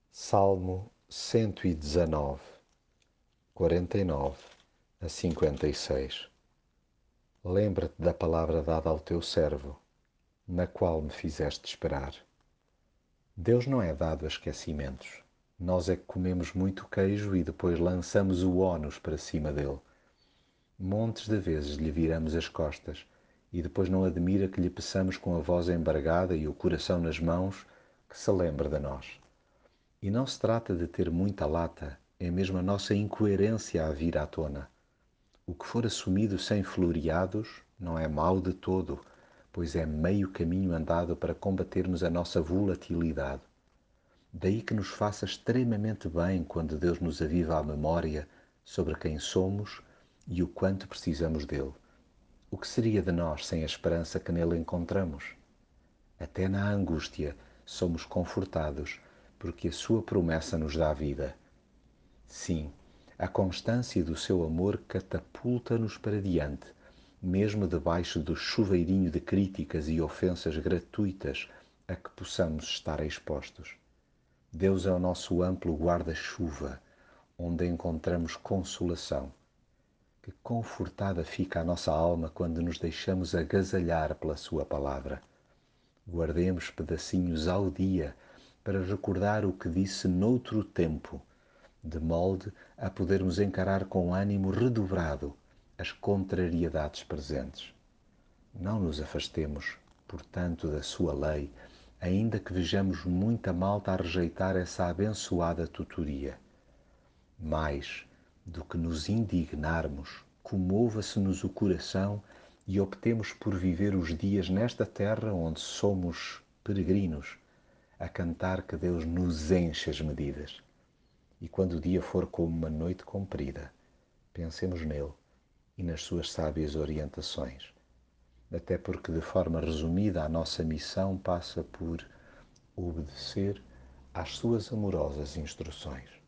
Salmo 119, 49 a 56. Lembra-te da palavra dada ao teu servo, na qual me fizeste esperar. Deus não é dado a esquecimentos. Nós é que comemos muito queijo e depois lançamos o ónus para cima dele. Montes de vezes lhe viramos as costas e depois não admira que lhe peçamos com a voz embargada e o coração nas mãos que se lembre de nós. E não se trata de ter muita lata, é mesmo a nossa incoerência a vir à tona. O que for assumido sem floreados não é mau de todo, pois é meio caminho andado para combatermos a nossa volatilidade. Daí que nos faça extremamente bem quando Deus nos aviva a memória sobre quem somos e o quanto precisamos dele. O que seria de nós sem a esperança que nele encontramos? Até na angústia somos confortados, porque a sua promessa nos dá vida. Sim, a constância do seu amor catapulta-nos para diante, mesmo debaixo do chuveirinho de críticas e ofensas gratuitas a que possamos estar expostos. Deus é o nosso amplo guarda-chuva, onde encontramos consolação. Que confortada fica a nossa alma quando nos deixamos agasalhar pela sua palavra. Guardemos pedacinhos ao dia para recordar o que disse noutro tempo, de molde a podermos encarar com ânimo redobrado as contrariedades presentes. Não nos afastemos, portanto, da sua lei, ainda que vejamos muita malta a rejeitar essa abençoada tutoria. Mais do que nos indignarmos, comova-se-nos o coração e optemos por viver os dias nesta terra onde somos peregrinos, a cantar que Deus nos enche as medidas. E quando o dia for como uma noite comprida, pensemos nele e nas suas sábias orientações. Até porque, de forma resumida, a nossa missão passa por obedecer às suas amorosas instruções.